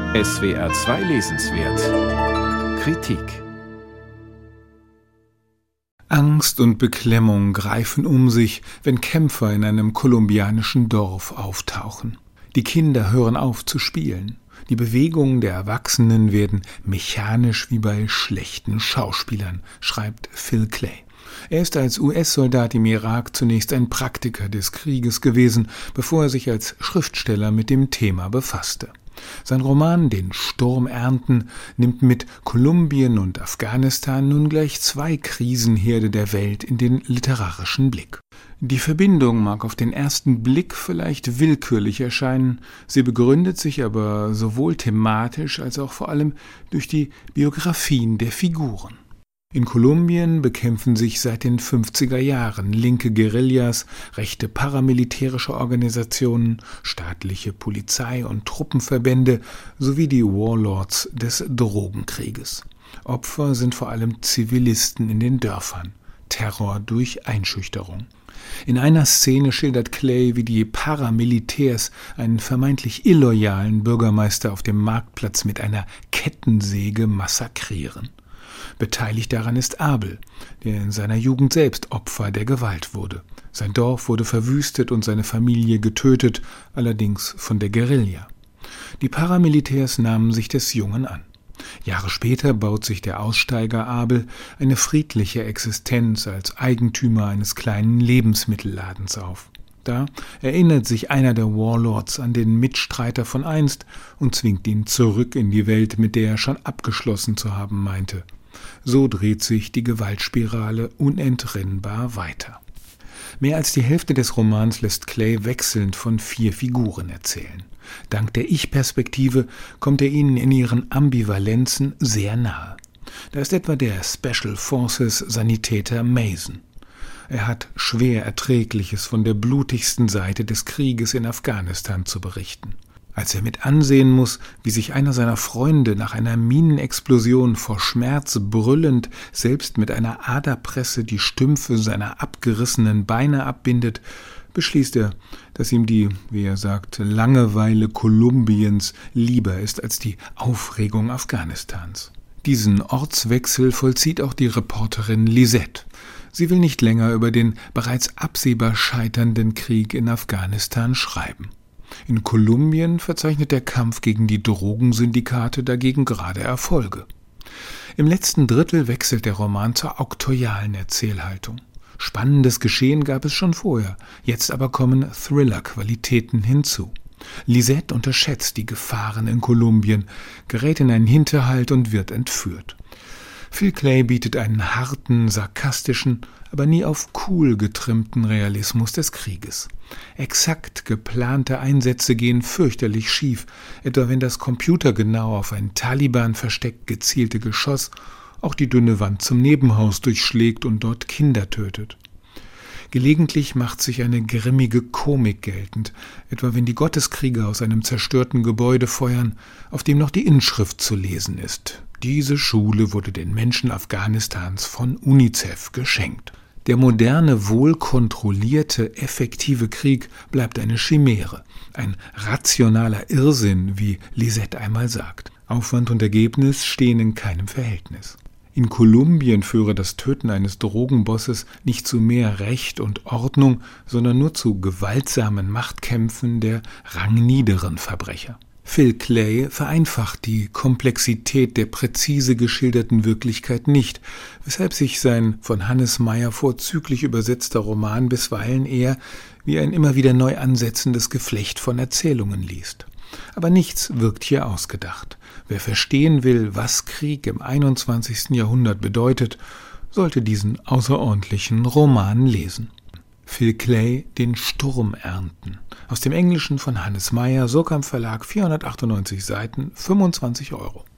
SWR 2 Lesenswert Kritik. Angst und Beklemmung greifen um sich, wenn Kämpfer in einem kolumbianischen Dorf auftauchen. Die Kinder hören auf zu spielen. Die Bewegungen der Erwachsenen werden mechanisch wie bei schlechten Schauspielern, schreibt Phil Clay. Er ist als US-Soldat im Irak zunächst ein Praktiker des Krieges gewesen, bevor er sich als Schriftsteller mit dem Thema befasste. Sein Roman »Den Sturm ernten« nimmt mit Kolumbien und Afghanistan nun gleich zwei Krisenherde der Welt in den literarischen Blick. Die Verbindung mag auf den ersten Blick vielleicht willkürlich erscheinen, sie begründet sich aber sowohl thematisch als auch vor allem durch die Biografien der Figuren. In Kolumbien bekämpfen sich seit den 50er Jahren linke Guerillas, rechte paramilitärische Organisationen, staatliche Polizei- und Truppenverbände sowie die Warlords des Drogenkrieges. Opfer sind vor allem Zivilisten in den Dörfern. Terror durch Einschüchterung. In einer Szene schildert Clay, wie die Paramilitärs einen vermeintlich illoyalen Bürgermeister auf dem Marktplatz mit einer Kettensäge massakrieren. Beteiligt daran ist Abel, der in seiner Jugend selbst Opfer der Gewalt wurde. Sein Dorf wurde verwüstet und seine Familie getötet, allerdings von der Guerilla. Die Paramilitärs nahmen sich des Jungen an. Jahre später baut sich der Aussteiger Abel eine friedliche Existenz als Eigentümer eines kleinen Lebensmittelladens auf. Da erinnert sich einer der Warlords an den Mitstreiter von einst und zwingt ihn zurück in die Welt, mit der er schon abgeschlossen zu haben meinte. So dreht sich die Gewaltspirale unentrinnbar weiter. Mehr als die Hälfte des Romans lässt Clay wechselnd von 4 Figuren erzählen. Dank der Ich-Perspektive kommt er ihnen in ihren Ambivalenzen sehr nahe. Da ist etwa der Special Forces Sanitäter Mason. Er hat schwer Erträgliches von der blutigsten Seite des Krieges in Afghanistan zu berichten. Als er mit ansehen muss, wie sich einer seiner Freunde nach einer Minenexplosion vor Schmerz brüllend selbst mit einer Aderpresse die Stümpfe seiner abgerissenen Beine abbindet, beschließt er, dass ihm die, wie er sagt, Langeweile Kolumbiens lieber ist als die Aufregung Afghanistans. Diesen Ortswechsel vollzieht auch die Reporterin Lisette. Sie will nicht länger über den bereits absehbar scheiternden Krieg in Afghanistan schreiben. In Kolumbien verzeichnet der Kampf gegen die Drogensyndikate dagegen gerade Erfolge. Im letzten Drittel wechselt der Roman zur auktorialen Erzählhaltung. Spannendes Geschehen gab es schon vorher, jetzt aber kommen Thriller-Qualitäten hinzu. Lisette unterschätzt die Gefahren in Kolumbien, gerät in einen Hinterhalt und wird entführt. Phil Clay bietet einen harten, sarkastischen, aber nie auf cool getrimmten Realismus des Krieges. Exakt geplante Einsätze gehen fürchterlich schief, etwa wenn das computergenau auf ein Taliban-Versteck gezielte Geschoss auch die dünne Wand zum Nebenhaus durchschlägt und dort Kinder tötet. Gelegentlich macht sich eine grimmige Komik geltend, etwa wenn die Gotteskrieger aus einem zerstörten Gebäude feuern, auf dem noch die Inschrift zu lesen ist. Diese Schule wurde den Menschen Afghanistans von UNICEF geschenkt. Der moderne, wohlkontrollierte, effektive Krieg bleibt eine Chimäre, ein rationaler Irrsinn, wie Lisette einmal sagt. Aufwand und Ergebnis stehen in keinem Verhältnis. In Kolumbien führe das Töten eines Drogenbosses nicht zu mehr Recht und Ordnung, sondern nur zu gewaltsamen Machtkämpfen der rangniederen Verbrecher. Phil Clay vereinfacht die Komplexität der präzise geschilderten Wirklichkeit nicht, weshalb sich sein von Hannes Meyer vorzüglich übersetzter Roman bisweilen eher wie ein immer wieder neu ansetzendes Geflecht von Erzählungen liest. Aber nichts wirkt hier ausgedacht. Wer verstehen will, was Krieg im 21. Jahrhundert bedeutet, sollte diesen außerordentlichen Roman lesen. Phil Clay, Den Sturm ernten. Aus dem Englischen von Hannes Meyer, Surkamp Verlag, 498 Seiten, 25 €.